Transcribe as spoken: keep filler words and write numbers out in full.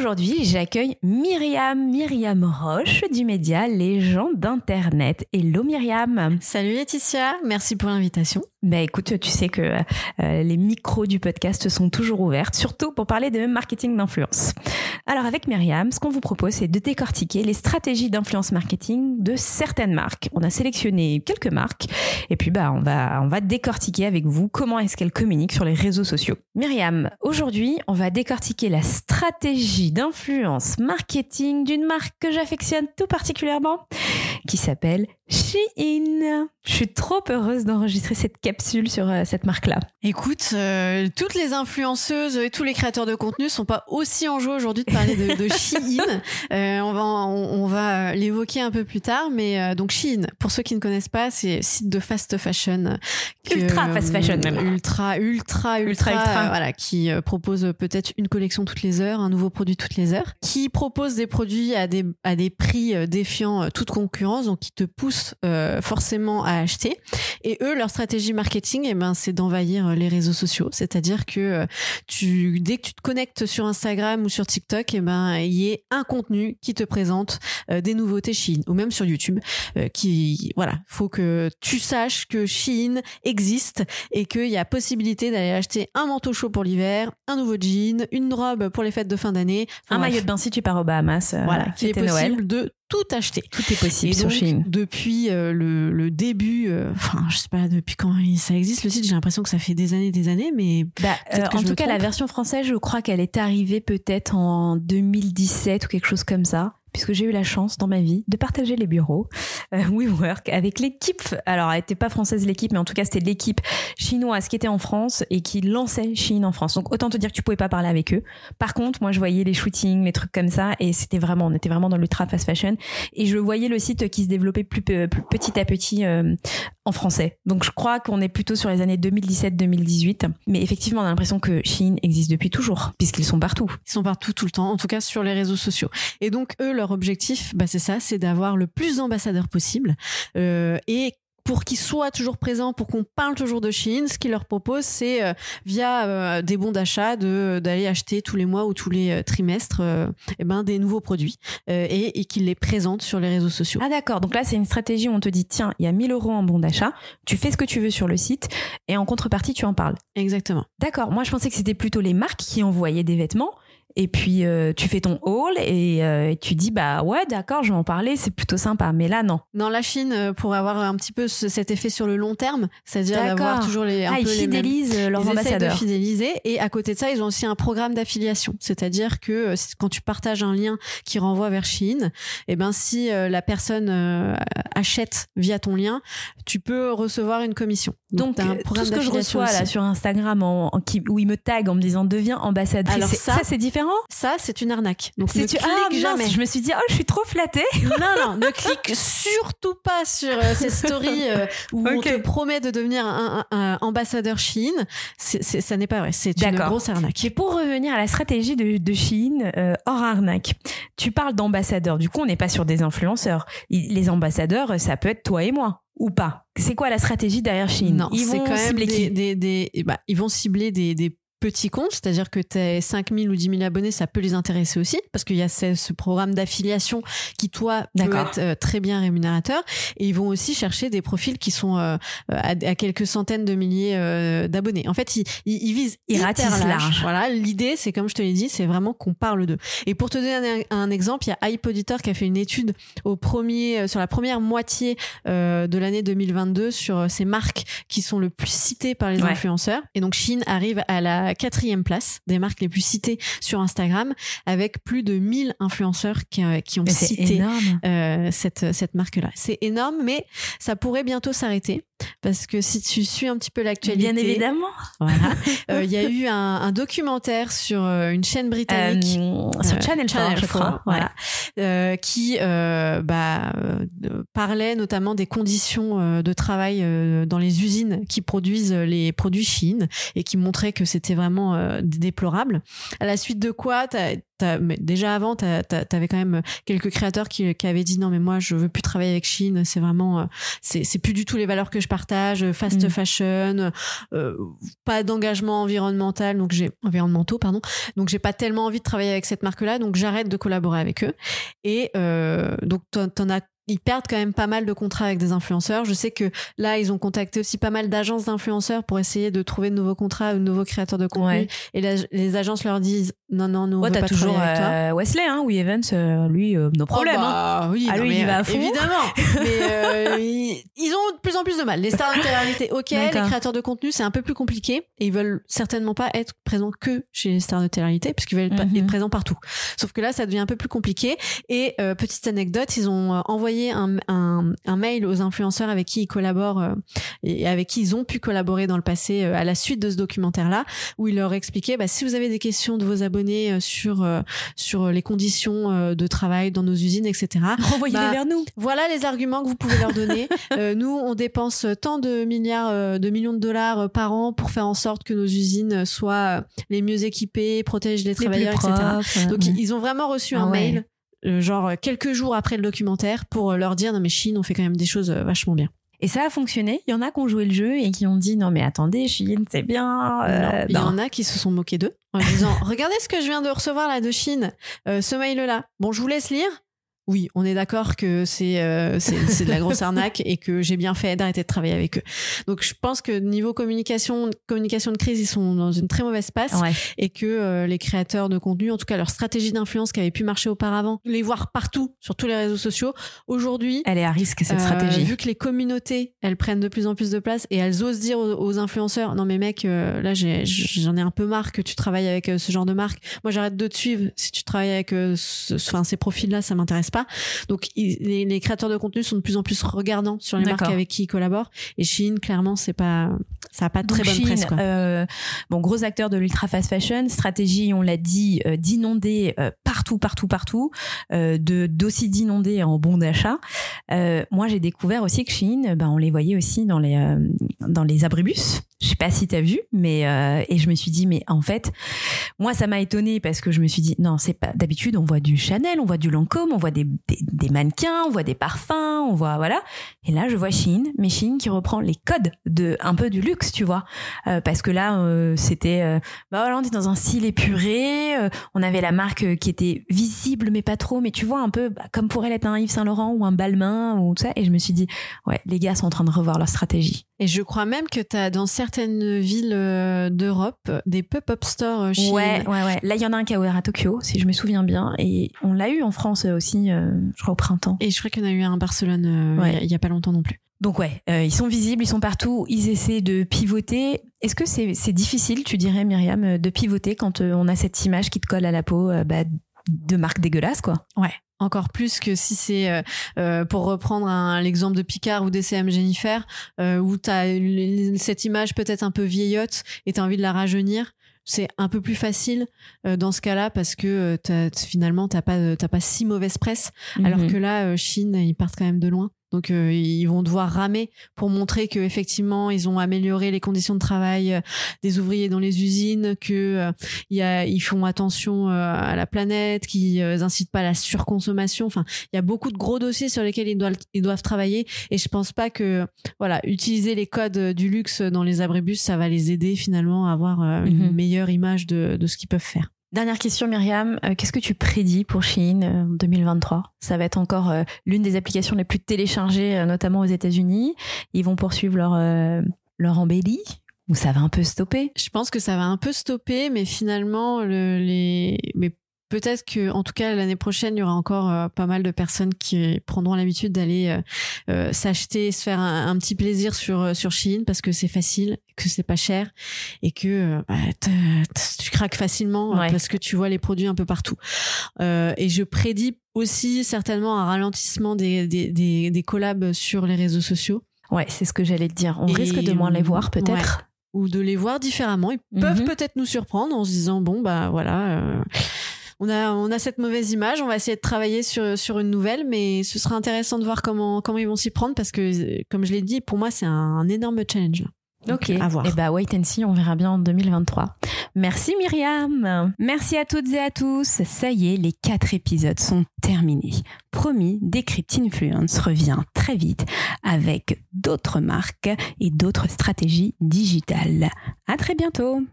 Aujourd'hui, j'accueille Myriam, Myriam Roche du média Légende d'Internet. Hello Myriam. Salut Laetitia, merci pour l'invitation. Bah écoute, tu sais que euh, les micros du podcast sont toujours ouverts, surtout pour parler de marketing d'influence. Alors avec Myriam, ce qu'on vous propose, c'est de décortiquer les stratégies d'influence marketing de certaines marques. On a sélectionné quelques marques et puis bah on va on va décortiquer avec vous comment est-ce qu'elles communiquent sur les réseaux sociaux. Myriam, aujourd'hui, on va décortiquer la stratégie d'influence marketing d'une marque que j'affectionne tout particulièrement, qui s'appelle Shein. Je suis trop heureuse d'enregistrer cette capsule sur euh, cette marque-là. Écoute, euh, toutes les influenceuses et tous les créateurs de contenu sont pas aussi enjoués aujourd'hui de parler de, de Shein. Euh, on va, on, on va l'évoquer un peu plus tard, mais euh, donc Shein, pour ceux qui ne connaissent pas, c'est site de fast fashion, que, ultra fast fashion même, ultra, ultra, ultra, ultra, ultra. Euh, voilà, qui euh, propose peut-être une collection toutes les heures, un nouveau produit toutes les heures, qui propose des produits à des à des prix euh, défiant euh, toute concurrence, donc qui te poussent euh, forcément à acheter. Et eux, leur stratégie marketing, eh ben, c'est d'envahir les réseaux sociaux. C'est-à-dire que tu, dès que tu te connectes sur Instagram ou sur TikTok, eh ben, il y ait un contenu qui te présente euh, des nouveautés Shein, ou même sur YouTube, euh, qui, voilà, faut que tu saches que Shein existe et qu'il y a possibilité d'aller acheter un manteau chaud pour l'hiver, un nouveau jean, une robe pour les fêtes de fin d'année. Enfin, un bref. Maillot de bain si tu pars aux Bahamas. Euh, voilà, qui est possible Noël. de tout acheter. Tout est possible et sur donc, Shein. Depuis euh, le, le début, euh, enfin, je sais pas depuis quand ça existe le site, j'ai l'impression que ça fait des années et des années, mais bah, euh, en tout cas, la version française, je crois qu'elle est arrivée peut-être en deux mille dix-sept ou quelque chose comme ça, puisque j'ai eu la chance dans ma vie de partager les bureaux euh, WeWork avec l'équipe. Alors, elle n'était pas française l'équipe, mais en tout cas, c'était l'équipe chinoise qui était en France et qui lançait Shein en France. Donc, autant te dire que tu pouvais pas parler avec eux. Par contre, moi, je voyais les shootings, les trucs comme ça, et c'était vraiment, on était vraiment dans l'ultra fast fashion. Et je voyais le site qui se développait plus, plus petit à petit euh, en français. Donc, je crois qu'on est plutôt sur les années deux mille dix-sept deux mille dix-huit. Mais effectivement, on a l'impression que Shein existe depuis toujours, puisqu'ils sont partout. Ils sont partout tout le temps, en tout cas sur les réseaux sociaux. Et donc, eux, leur objectif, bah, c'est ça, c'est d'avoir le plus d'ambassadeurs possible. Euh, et pour qu'ils soient toujours présents, pour qu'on parle toujours de Shein, ce qu'ils leur proposent, c'est euh, via euh, des bons d'achat de d'aller acheter tous les mois ou tous les euh, trimestres euh, eh ben, des nouveaux produits euh, et, et qu'ils les présentent sur les réseaux sociaux. Ah d'accord, donc là c'est une stratégie où on te dit tiens, il y a mille euros en bon d'achat, tu fais ce que tu veux sur le site et en contrepartie tu en parles. Exactement. D'accord, moi je pensais que c'était plutôt les marques qui envoyaient des vêtements. Et puis euh, tu fais ton haul et, euh, et tu dis bah ouais d'accord je vais en parler, c'est plutôt sympa, mais là non. Dans la Chine, pour avoir un petit peu ce, cet effet sur le long terme, c'est-à-dire d'accord. d'avoir toujours les un ah, peu ils fidélisent les mêmes, leurs ils ambassadeurs. De fidéliser, et à côté de ça ils ont aussi un programme d'affiliation, c'est-à-dire que quand tu partages un lien qui renvoie vers Shein, et ben si euh, la personne euh, achète via ton lien, tu peux recevoir une commission. Donc, Donc un tout ce que je reçois aussi. Là sur Instagram en, en, qui, où ils me taguent en me disant deviens ambassadrice, alors c'est, ça, ça c'est différent. Ça c'est une arnaque. Donc c'est ne tu... clique ah, jamais. Mince, je me suis dit oh je suis trop flattée. Non non, ne clique surtout pas sur euh, ces stories euh, où okay. on te promet de devenir un, un, un ambassadeur Shein. C'est, c'est, ça n'est pas vrai. C'est D'accord. une grosse arnaque. Et pour revenir à la stratégie de, de Shein euh, hors arnaque, tu parles d'ambassadeurs. Du coup on n'est pas sur des influenceurs. Les ambassadeurs ça peut être toi et moi. Ou pas. C'est quoi la stratégie derrière Shein? Non, ils c'est vont quand même cibler des, qui des, des, des bah, ils vont cibler des, des petits comptes, c'est-à-dire que t'as cinq mille ou dix mille abonnés, ça peut les intéresser aussi, parce qu'il y a ce, ce programme d'affiliation qui, toi, peut D'accord. être euh, très bien rémunérateur. Et ils vont aussi chercher des profils qui sont euh, à, à quelques centaines de milliers euh, d'abonnés. En fait, ils, ils, ils visent ils ratissent large. Voilà, l'idée, c'est comme je te l'ai dit, c'est vraiment qu'on parle d'eux. Et pour te donner un, un exemple, il y a Hype Auditor qui a fait une étude au premier, sur la première moitié euh, de l'année deux mille vingt-deux sur ces marques qui sont le plus citées par les ouais. influenceurs. Et donc, Shein arrive à la quatrième place des marques les plus citées sur Instagram, avec plus de mille influenceurs qui, qui ont mais cité euh, cette, cette marque-là. C'est énorme, mais ça pourrait bientôt s'arrêter. Parce que si tu suis un petit peu l'actualité, bien évidemment, voilà, il euh, y a eu un, un documentaire sur euh, une chaîne britannique, euh, sur Channel four, je crois, voilà, ouais. euh, qui euh, bah, euh, parlait notamment des conditions euh, de travail euh, dans les usines qui produisent les produits Shein et qui montrait que c'était vraiment euh, déplorable. À la suite de quoi, t'as t'as, mais déjà avant, t'as, t'as, t'avais quand même quelques créateurs qui, qui avaient dit non mais moi je veux plus travailler avec Shein, c'est vraiment, c'est, c'est plus du tout les valeurs que je partage, fast mmh. fashion, euh, pas d'engagement environnemental, donc j'ai environnementaux pardon, donc j'ai pas tellement envie de travailler avec cette marque-là, donc j'arrête de collaborer avec eux. Et euh, donc t'en, t'en as ils perdent quand même pas mal de contrats avec des influenceurs. Je sais que là, ils ont contacté aussi pas mal d'agences d'influenceurs pour essayer de trouver de nouveaux contrats ou de nouveaux créateurs de contenu. Ouais. Et la, les agences leur disent non, non, nous, on ouais, veut pas toujours, travailler avec euh, toi. Wesley, hein, Wee Evans, euh, lui, euh, nos problèmes. Oh bah, hein. Oui, ah, non, lui, mais, il va à fond. Évidemment. mais euh, ils, ils ont de plus en plus de mal. Les stars de télé-réalité, ok. D'accord. Les créateurs de contenu, c'est un peu plus compliqué. Et ils veulent certainement pas être présents que chez les stars de télé-réalité, puisqu'ils veulent mm-hmm. être présents partout. Sauf que là, ça devient un peu plus compliqué. Et euh, petite anecdote, ils ont envoyé un, un Un, un mail aux influenceurs avec qui ils collaborent euh, et avec qui ils ont pu collaborer dans le passé euh, à la suite de ce documentaire-là, où ils leur expliquaient bah, si vous avez des questions de vos abonnés euh, sur euh, sur les conditions euh, de travail dans nos usines, et cetera. Renvoyez-les bah, vers nous. Voilà les arguments que vous pouvez leur donner. euh, nous, on dépense tant de milliards, euh, de millions de dollars euh, par an pour faire en sorte que nos usines soient euh, les mieux équipées, protègent les, les travailleurs, propres, et cetera. Donc ouais. ils ont vraiment reçu ah, un ouais. mail. Genre quelques jours après le documentaire pour leur dire non mais Shein on fait quand même des choses vachement bien. Et ça a fonctionné. Il y en a qui ont joué le jeu et qui ont dit non mais attendez Shein c'est bien. Euh, il y en a qui se sont moqués d'eux en disant regardez ce que je viens de recevoir là de Shein, euh, ce mail là. Bon je vous laisse lire. Oui, on est d'accord que c'est, euh, c'est c'est de la grosse arnaque et que j'ai bien fait d'arrêter de travailler avec eux. Donc je pense que niveau communication communication de crise, ils sont dans une très mauvaise passe ouais. et que euh, les créateurs de contenu, en tout cas leur stratégie d'influence qui avait pu marcher auparavant, les voir partout sur tous les réseaux sociaux, aujourd'hui, elle est à risque cette euh, stratégie. Vu que les communautés, elles prennent de plus en plus de place et elles osent dire aux, aux influenceurs non mais mec, euh, là j'ai, j'en ai un peu marre que tu travailles avec euh, ce genre de marque. Moi j'arrête de te suivre si tu travailles avec euh, ce, enfin ces profils-là, ça m'intéresse pas. Donc ils, les, les créateurs de contenu sont de plus en plus regardants sur les D'accord. marques avec qui ils collaborent. Et Shein, clairement, c'est pas, ça a pas de Donc très bonne Shein, presse, quoi. Euh, bon, gros acteur de l'ultra fast fashion, stratégie, on l'a dit, euh, d'inonder euh, partout, partout, partout, euh, de d'aussi d'inonder en bon d'achat. Euh, moi, j'ai découvert aussi que Shein, ben on les voyait aussi dans les euh, dans les abribus. Je sais pas si t'as vu, mais euh, et je me suis dit mais en fait, moi ça m'a étonnée parce que je me suis dit non c'est pas d'habitude on voit du Chanel, on voit du Lancôme, on voit des, des des mannequins, on voit des parfums, on voit voilà. Et là je vois Shein, mais Shein qui reprend les codes de un peu du luxe, tu vois, euh, parce que là euh, c'était euh, bah voilà on était dans un style épuré, euh, on avait la marque qui était visible mais pas trop, mais tu vois un peu bah, comme pourrait l'être un Yves Saint Laurent ou un Balmain ou tout ça. Et je me suis dit ouais les gars sont en train de revoir leur stratégie. Et je crois même que t'as dans certaines villes euh, d'Europe des pop-up stores Shein. Ouais, ouais, ouais. Là, il y en a un qui a ouvert à Tokyo, si je me souviens bien. Et on l'a eu en France aussi, euh, je crois, au printemps. Et je crois qu'il y en a eu un à Barcelone euh, ouais. il y a pas longtemps non plus. Donc ouais, euh, ils sont visibles, ils sont partout, ils essaient de pivoter. Est-ce que c'est, c'est difficile, tu dirais, Myriam, de pivoter quand euh, on a cette image qui te colle à la peau euh, bah, de marque dégueulasse, quoi? Ouais. Encore plus que si c'est, euh, euh, pour reprendre un, l'exemple de Picard ou D C M Jennifer, euh, où t'as une, cette image peut-être un peu vieillotte et t'as envie de la rajeunir. C'est un peu plus facile euh, dans ce cas-là parce que euh, t'as, finalement t'as pas t'as pas si mauvaise presse, mm-hmm. alors que là euh, Shein ils partent quand même de loin. Donc euh, ils vont devoir ramer pour montrer que effectivement ils ont amélioré les conditions de travail euh, des ouvriers dans les usines, que euh, y a, ils font attention euh, à la planète, qu'ils euh, incitent pas à la surconsommation. Enfin, il y a beaucoup de gros dossiers sur lesquels ils doivent ils doivent travailler. Et je pense pas que voilà utiliser les codes du luxe dans les abribus ça va les aider finalement à avoir euh, une mm-hmm. meilleure image de de ce qu'ils peuvent faire. Dernière question, Myriam. Euh, qu'est-ce que tu prédis pour Shein euh, en deux mille vingt-trois? Ça va être encore euh, l'une des applications les plus téléchargées, euh, notamment aux États-Unis. Ils vont poursuivre leur, euh, leur embellie ou ça va un peu stopper? Je pense que ça va un peu stopper, mais finalement, le, les... mais peut-être que, en tout cas, l'année prochaine, il y aura encore euh, pas mal de personnes qui prendront l'habitude d'aller euh, euh, s'acheter, se faire un, un petit plaisir sur sur Shein parce que c'est facile, que c'est pas cher et que euh, bah, tu craques facilement ouais. parce que tu vois les produits un peu partout. Euh, et je prédis aussi certainement un ralentissement des des des, des collabs sur les réseaux sociaux. Ouais, c'est ce que j'allais te dire. On et risque de moins les voir peut-être. Ouais. Ou de les voir différemment. Ils mm-hmm. peuvent peut-être nous surprendre en se disant bon bah voilà. Euh, On a, on a cette mauvaise image, on va essayer de travailler sur, sur une nouvelle, mais ce sera intéressant de voir comment, comment ils vont s'y prendre parce que, comme je l'ai dit, pour moi, c'est un, un énorme challenge. Donc, ok, à voir. Et bah wait and see, on verra bien en deux mille vingt-trois. Merci Myriam. Merci à toutes et à tous. Ça y est, les quatre épisodes sont terminés. Promis, Decrypt Influence revient très vite avec d'autres marques et d'autres stratégies digitales. À très bientôt.